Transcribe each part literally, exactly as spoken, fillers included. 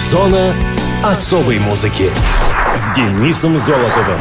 Зона особой музыки с Денисом Золотовым.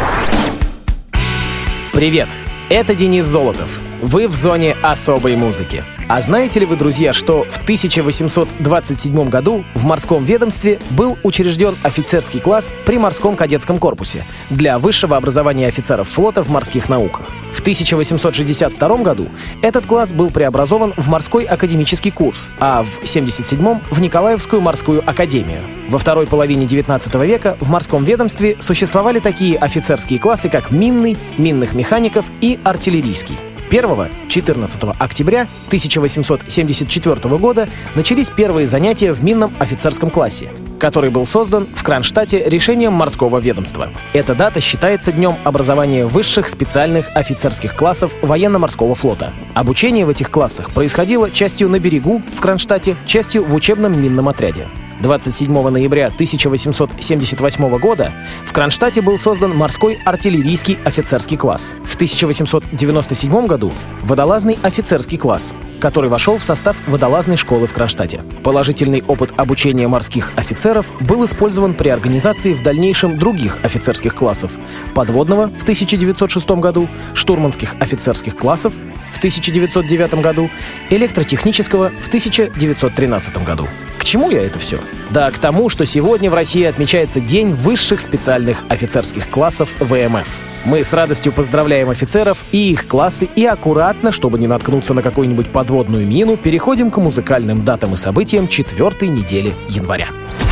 Привет, это Денис Золотов. Вы в зоне особой музыки. А знаете ли вы, друзья, что в тысяча восемьсот двадцать седьмом году в морском ведомстве был учрежден офицерский класс при морском кадетском корпусе для высшего образования офицеров флота в морских науках. В тысяча восемьсот шестьдесят втором году этот класс был преобразован в морской академический курс, а в семьдесят седьмом — в Николаевскую морскую академию. Во второй половине девятнадцатого века в морском ведомстве существовали такие офицерские классы, как минный, минных механиков и артиллерийский. первого-четырнадцатого октября тысяча восемьсот семьдесят четвёртого года начались первые занятия в минном офицерском классе, который был создан в Кронштадте решением морского ведомства. Эта дата считается днем образования высших специальных офицерских классов военно-морского флота. Обучение в этих классах происходило частью на берегу в Кронштадте, частью в учебном минном отряде. двадцать седьмого ноября тысяча восемьсот семьдесят восьмого года в Кронштадте был создан морской артиллерийский офицерский класс. В тысяча восемьсот девяносто седьмом году — водолазный офицерский класс, который вошел в состав водолазной школы в Кронштадте. Положительный опыт обучения морских офицеров был использован при организации в дальнейшем других офицерских классов: подводного в тысяча девятьсот шестом году, штурманских офицерских классов в тысяча девятьсот девятом году, электротехнического в тысяча девятьсот тринадцатом году. К чему я это все? Да к тому, что сегодня в России отмечается День высших специальных офицерских классов вэ эм эф. Мы с радостью поздравляем офицеров и их классы, и аккуратно, чтобы не наткнуться на какую-нибудь подводную мину, переходим к музыкальным датам и событиям четвертой недели января.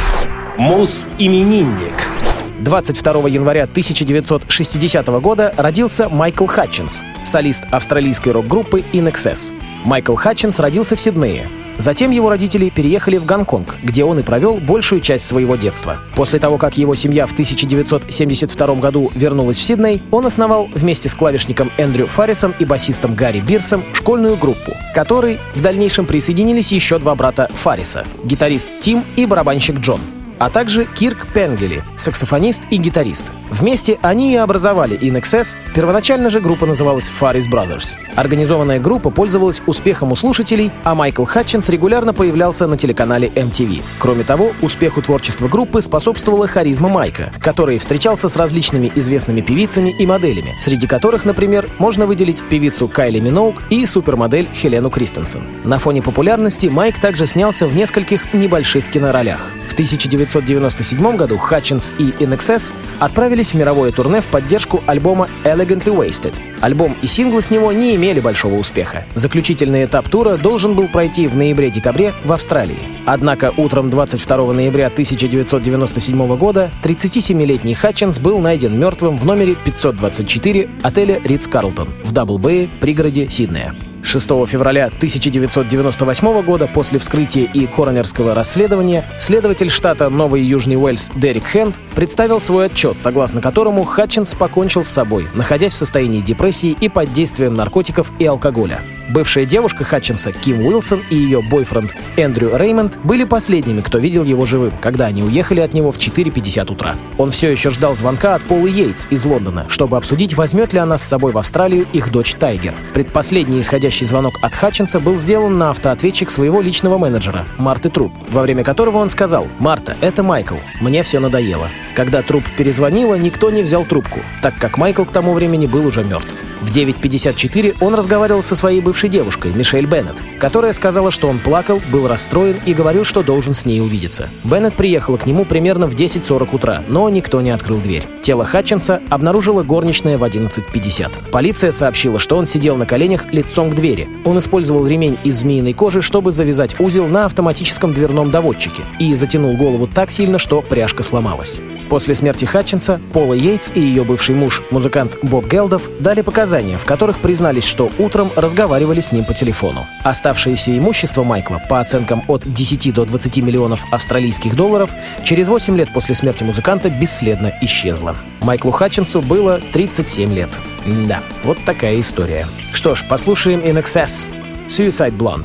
Мус-именинник. двадцать второго января тысяча девятьсот шестидесятого года родился Майкл Хатчинс, солист австралийской рок-группы ин экс эс. Майкл Хатчинс родился в Сиднее. Затем его родители переехали в Гонконг, где он и провел большую часть своего детства. После того, как его семья в тысяча девятьсот семьдесят втором году вернулась в Сидней, он основал вместе с клавишником Эндрю Фаррисом и басистом Гарри Бирсом школьную группу, к которой в дальнейшем присоединились еще два брата Фарриса — гитарист Тим и барабанщик Джон, а также Кирк Пенгели, саксофонист и гитарист. Вместе они и образовали ин экс эс, первоначально же группа называлась Farris Brothers. Организованная группа пользовалась успехом у слушателей, а Майкл Хатчинс регулярно появлялся на телеканале эм ти ви. Кроме того, успеху творчества группы способствовала харизма Майка, который встречался с различными известными певицами и моделями, среди которых, например, можно выделить певицу Кайли Миноуг и супермодель Хелену Кристенсен. На фоне популярности Майк также снялся в нескольких небольших киноролях. В тысяча девятьсот девяносто седьмом году Хатчинс и ин экс эс отправились в мировое турне в поддержку альбома Elegantly Wasted. Альбом и синглы с него не имели большого успеха. Заключительный этап тура должен был пройти в ноябре-декабре в Австралии. Однако утром двадцать второго ноября тысяча девятьсот девяносто седьмого года тридцатисемилетний Хатчинс был найден мертвым в номере пятьсот двадцать четыре отеля Ридс-Карлтон в Дабл-Бэе, пригороде Сиднея. шестого февраля тысяча девятьсот девяносто восьмого года после вскрытия и коронерского расследования следователь штата Новый Южный Уэльс Дерек Хэнд представил свой отчет, согласно которому Хатчинс покончил с собой, находясь в состоянии депрессии и под действием наркотиков и алкоголя. Бывшая девушка Хатчинса Ким Уилсон и ее бойфренд Эндрю Реймонд были последними, кто видел его живым, когда они уехали от него в четыре пятьдесят утра. Он все еще ждал звонка от Полы Йейтс из Лондона, чтобы обсудить, возьмет ли она с собой в Австралию их дочь Тайгер. Предпоследний исходящий звонок от Хатчинса был сделан на автоответчик своего личного менеджера, Марты Труп, во время которого он сказал: «Марта, это Майкл, мне все надоело». Когда Труп перезвонила, никто не взял трубку, так как Майкл к тому времени был уже мертв. В девять пятьдесят четыре он разговаривал со своей бывшей девушкой, Мишель Беннет, которая сказала, что он плакал, был расстроен и говорил, что должен с ней увидеться. Беннет приехала к нему примерно в десять сорок утра, но никто не открыл дверь. Тело Хатчинса обнаружила горничная в одиннадцать пятьдесят. Полиция сообщила, что он сидел на коленях лицом к двери. Он использовал ремень из змеиной кожи, чтобы завязать узел на автоматическом дверном доводчике, и затянул голову так сильно, что пряжка сломалась. После смерти Хатчинса Пола Йейтс и ее бывший муж, музыкант Боб Гелдов, дали показания, в которых признались, что утром разговаривали с ним по телефону. Оставшееся имущество Майкла, по оценкам от десяти до двадцати миллионов австралийских долларов, через восемь лет после смерти музыканта бесследно исчезло. Майклу Хатчинсу было тридцать семь лет. Да, вот такая история. Что ж, послушаем ин экс эс «Suicide Blonde».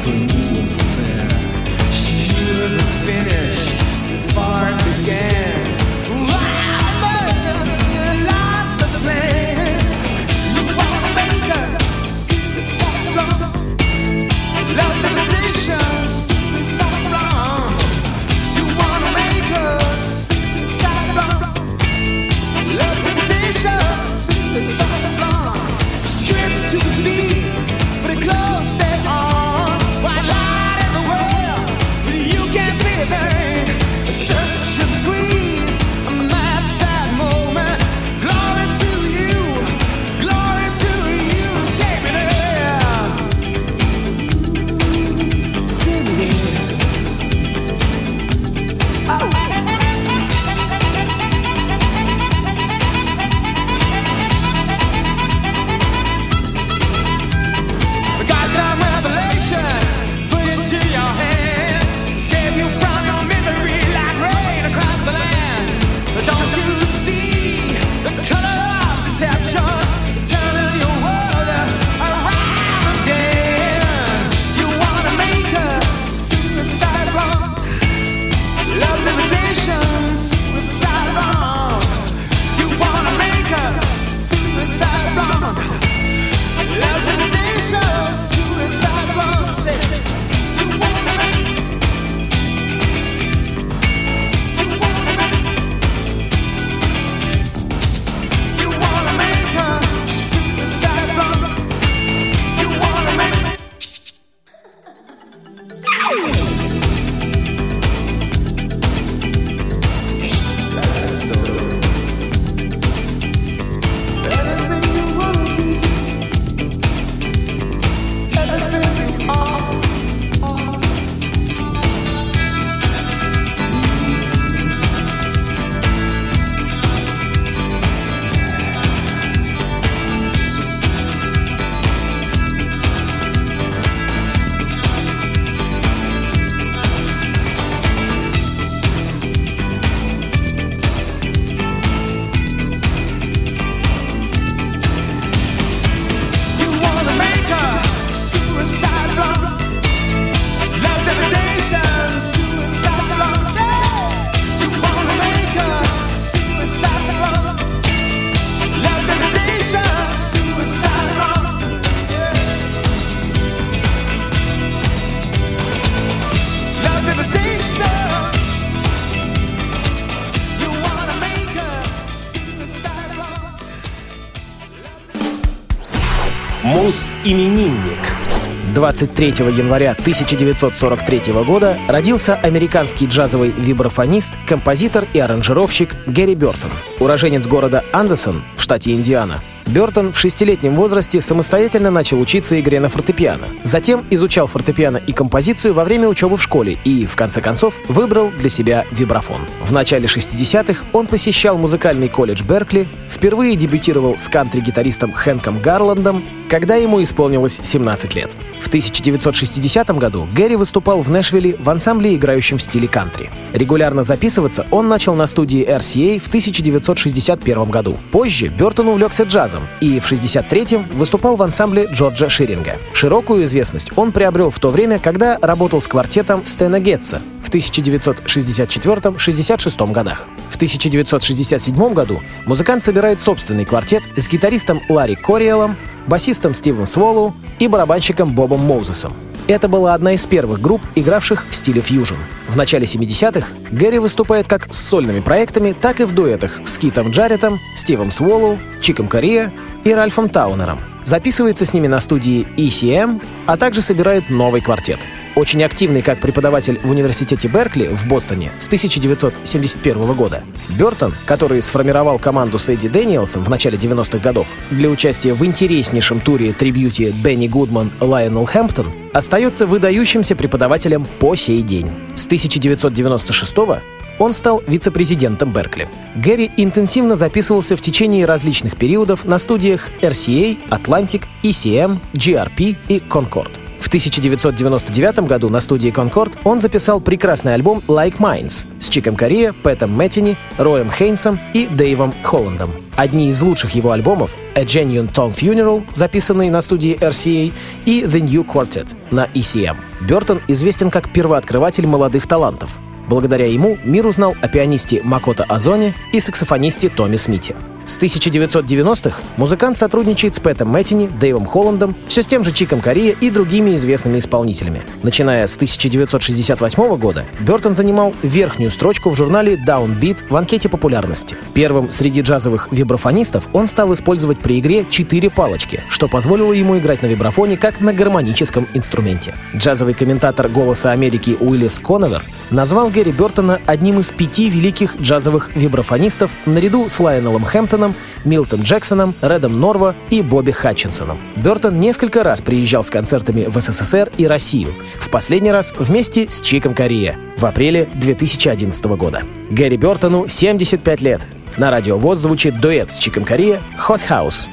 Муз-именинник. двадцать третьего января тысяча девятьсот сорок третьего года родился американский джазовый вибрафонист, композитор и аранжировщик Гэри Бёртон. Уроженец города Андерсон в штате Индиана, Бёртон в шестилетнем возрасте самостоятельно начал учиться игре на фортепиано. Затем изучал фортепиано и композицию во время учебы в школе и, в конце концов, выбрал для себя вибрафон. В начале шестидесятых он посещал музыкальный колледж Беркли, впервые дебютировал с кантри-гитаристом Хэнком Гарландом, когда ему исполнилось семнадцать лет. В тысяча девятьсот шестидесятом году Гэри выступал в Нэшвилле в ансамбле, играющем в стиле кантри. Регулярно записываться он начал на студии эр си эй в тысяча девятьсот шестьдесят первом году. Позже Бёртон увлекся джазом и в шестьдесят третьем выступал в ансамбле Джорджа Ширинга. Широкую известность он приобрел в то время, когда работал с квартетом Стэна Гетца в тысяча девятьсот шестьдесят четвёртом — шестьдесят шестом годах. В тысяча девятьсот шестьдесят седьмом году музыкант собирает собственный квартет с гитаристом Ларри Кориэлом, басистом Стивом Сволоу и барабанщиком Бобом Моузесом. Это была одна из первых групп, игравших в стиле фьюжн. В начале семидесятых Гэри выступает как с сольными проектами, так и в дуэтах с Китом Джареттом, Стивом Сволоу, Чиком Кориа и Ральфом Таунером. Записывается с ними на студии и си эм, а также собирает новый квартет. Очень активный как преподаватель в университете Беркли в Бостоне с тысяча девятьсот семьдесят первого года, Бёртон, который сформировал команду с Эдди Дэниелсом в начале девяностых годов для участия в интереснейшем туре трибьюте Бенни Гудман Лайонел Хэмптон, остается выдающимся преподавателем по сей день. С тысяча девятьсот девяносто шестого он стал вице-президентом Беркли. Гэри интенсивно записывался в течение различных периодов на студиях эр си эй, Atlantic, и си эм, джи ар пи и Concord. В тысяча девятьсот девяносто девятом году на студии Concord он записал прекрасный альбом «Like Minds» с Чиком Кориа, Пэтом Мэттини, Роем Хейнсом и Дэйвом Холландом. Одни из лучших его альбомов A Genuine Tom Funeral, записанный на студии эр си эй, и The New Quartet на и си эм. Бёртон известен как первооткрыватель молодых талантов. Благодаря ему мир узнал о пианисте Макото Озоне и саксофонисте Томми Смите. С тысяча девятьсот девяностых музыкант сотрудничает с Пэтом Мэттини, Дэйвом Холландом, все с тем же Чиком Кориа и другими известными исполнителями. Начиная с тысяча девятьсот шестьдесят восьмого года Бёртон занимал верхнюю строчку в журнале Downbeat в анкете популярности. Первым среди джазовых вибрафонистов он стал использовать при игре четыре палочки, что позволило ему играть на вибрафоне как на гармоническом инструменте. Джазовый комментатор «Голоса Америки» Уиллис Коновер назвал Гэри Бёртона одним из пяти великих джазовых вибрафонистов наряду с Лайонелом Хэмптоном, Милтом Джексоном, Редом Норво и Бобби Хатчинсоном. Бёртон несколько раз приезжал с концертами в эс эс эс эр и Россию, в последний раз вместе с Чиком Кориа в апреле две тысячи одиннадцатого года. Гэри Бёртону семьдесят пять лет. На Радио ВОС звучит дуэт с Чиком Кориа «Hot House».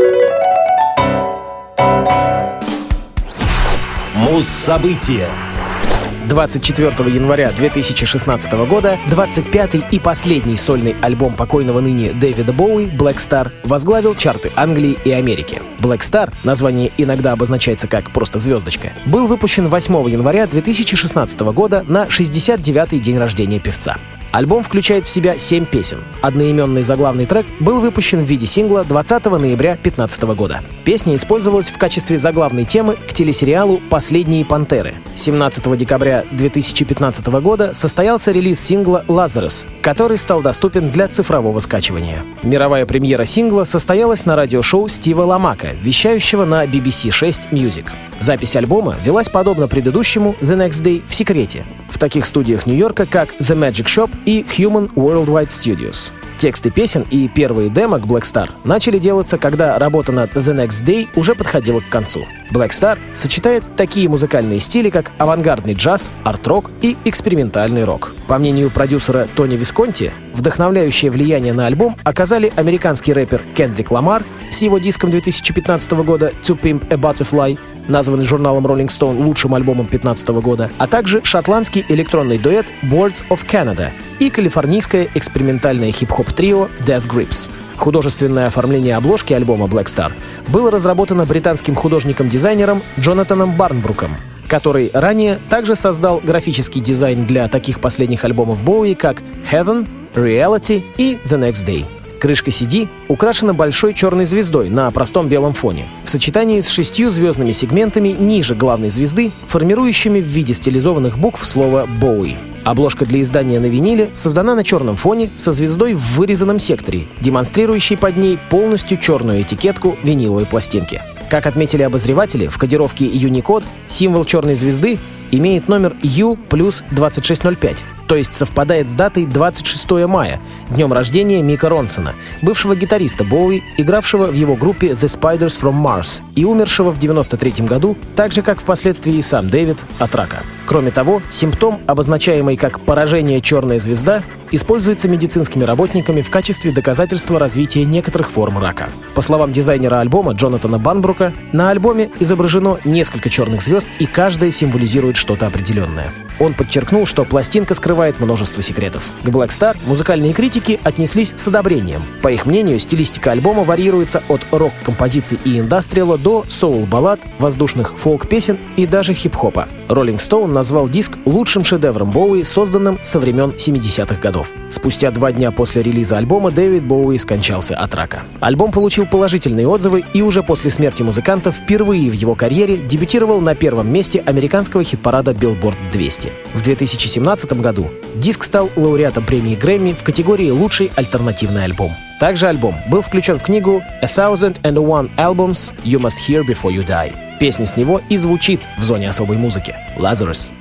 События. двадцать четвёртого января две тысячи шестнадцатого года двадцать пятый и последний сольный альбом покойного ныне Дэвида Боуи «Black Star» возглавил чарты Англии и Америки. «Black Star», название иногда обозначается как просто «звездочка», был выпущен восьмого января две тысячи шестнадцатого года на шестьдесят девятый день рождения певца. Альбом включает в себя семь песен. Одноименный заглавный трек был выпущен в виде сингла двадцатого ноября две тысячи пятнадцатого года. Песня использовалась в качестве заглавной темы к телесериалу «Последние пантеры». семнадцатого декабря две тысячи пятнадцатого года состоялся релиз сингла «Lazarus», который стал доступен для цифрового скачивания. Мировая премьера сингла состоялась на радиошоу Стива Ламака, вещающего на би би си шесть Music. Запись альбома велась подобно предыдущему «The Next Day» в секрете, в таких студиях Нью-Йорка, как The Magic Shop и Human Worldwide Studios. Тексты песен и первые демо к Black Star начали делаться, когда работа над The Next Day уже подходила к концу. Black Star сочетает такие музыкальные стили, как авангардный джаз, арт-рок и экспериментальный рок. По мнению продюсера Тони Висконти, вдохновляющее влияние на альбом оказали американский рэпер Кендрик Ламар с его диском две тысячи пятнадцатого года «To Pimp a Butterfly», названный журналом Rolling Stone лучшим альбомом две тысячи пятнадцатого года, а также шотландский электронный дуэт Boards of Canada и калифорнийское экспериментальное хип-хоп трио Death Grips. Художественное оформление обложки альбома Black Star было разработано британским художником-дизайнером Джонатаном Барнбруком, который ранее также создал графический дизайн для таких последних альбомов Боуи, как Heaven, Reality и The Next Day. Крышка си ди украшена большой черной звездой на простом белом фоне, в сочетании с шестью звездными сегментами ниже главной звезды, формирующими в виде стилизованных букв слово «Боуи». Обложка для издания на виниле создана на черном фоне со звездой в вырезанном секторе, демонстрирующей под ней полностью черную этикетку виниловой пластинки. Как отметили обозреватели, в кодировке Unicode символ черной звезды имеет номер ю плюс двадцать шесть ноль пять, то есть совпадает с датой двадцать шестого мая, днем рождения Мика Ронсона, бывшего гитариста Боуи, игравшего в его группе The Spiders from Mars и умершего в девяносто третьем году, так же, как впоследствии и сам Дэвид, от рака. Кроме того, симптом, обозначаемый как «поражение черная звезда», используется медицинскими работниками в качестве доказательства развития некоторых форм рака. По словам дизайнера альбома Джонатана Барнбрука, на альбоме изображено несколько черных звезд, и каждая символизирует что-то определенное. Он подчеркнул, что пластинка скрывает множество секретов. К Black Star музыкальные критики отнеслись с одобрением. По их мнению, стилистика альбома варьируется от рок-композиций и индастриала до соул-баллад, воздушных фолк-песен и даже хип-хопа. Rolling Stone назвал диск лучшим шедевром Боуи, созданным со времен семидесятых годов. Спустя два дня после релиза альбома Дэвид Боуи скончался от рака. Альбом получил положительные отзывы и уже после смерти музыканта впервые в его карьере дебютировал на первом месте американского хит-парада Billboard двести. В две тысячи семнадцатом году диск стал лауреатом премии Грэмми в категории «Лучший альтернативный альбом». Также альбом был включен в книгу «A Thousand and One Albums You Must Hear Before You Die». Песня с него и звучит в зоне особой музыки «Lazarus».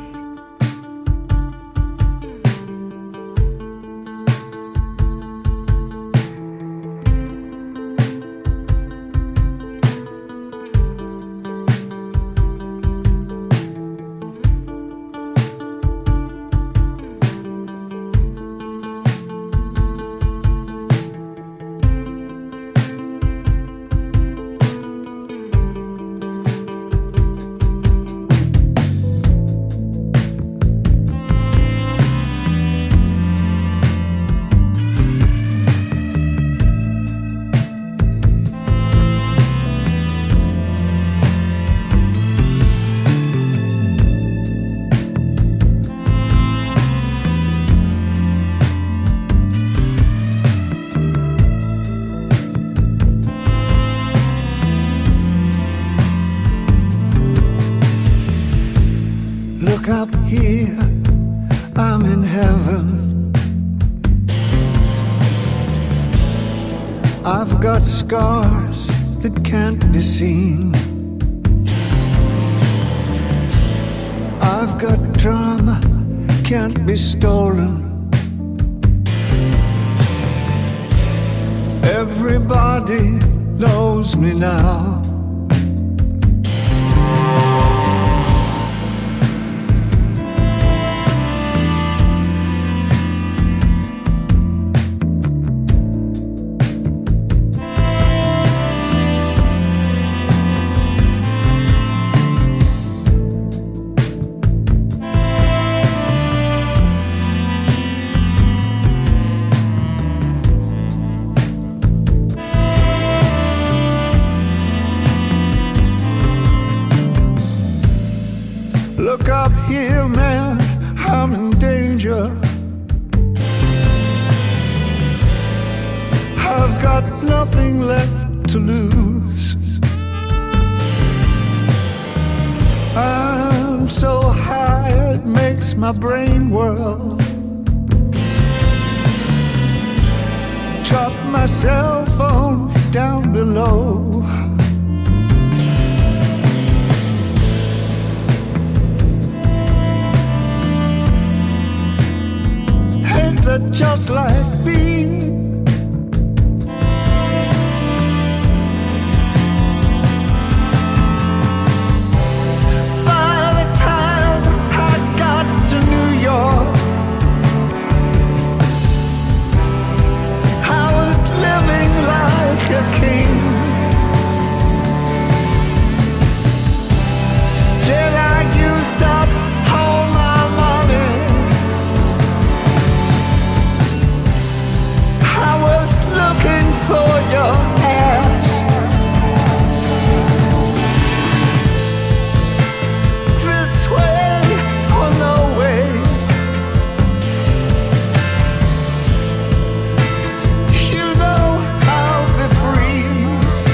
Look up here, I'm in heaven. I've got scars that can't be seen. I've got drama, can't be stolen. Everybody knows me now. Look up here, man, I'm in danger. I've got nothing left to lose. I'm so high it makes my brain whirl. Drop my cell phone down below. Ain't that just like me? By the time I got to New York, I was living like a king. Then I used up all my money. I was looking for your ass. This way or no way. You know I'll be free.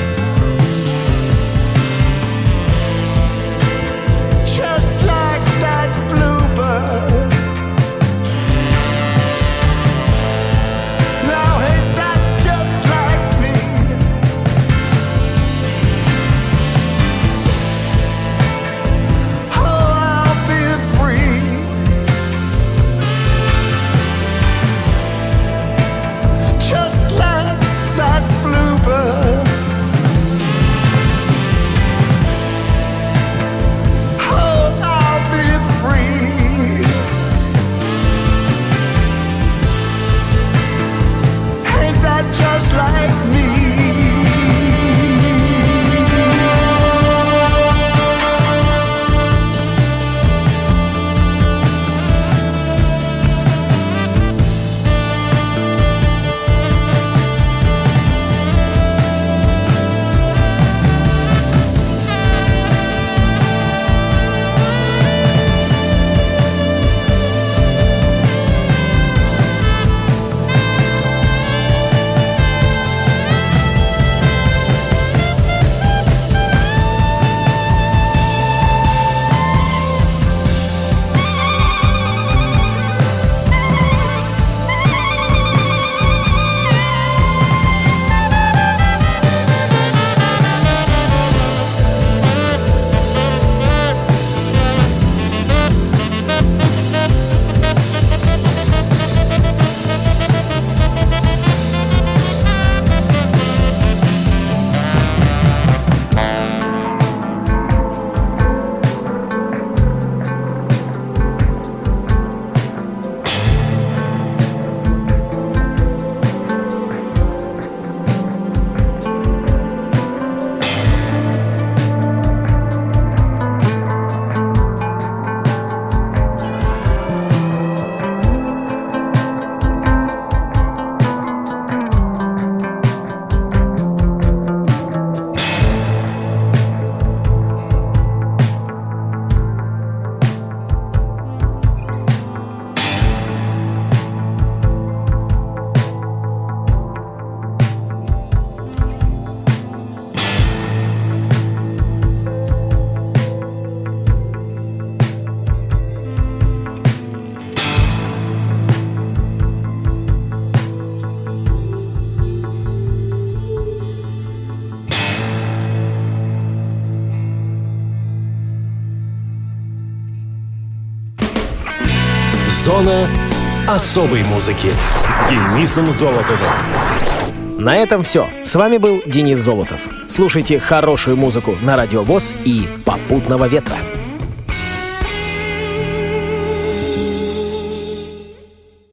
Just like that bluebird. Now ain't that just like me? Oh, I'll be free. Just like that bluebird. Oh, I'll be free. Ain't that just like me? Зона особой музыки с Денисом Золотовым. На этом все. С вами был Денис Золотов. Слушайте хорошую музыку на Радио ВОС и «Попутного ветра».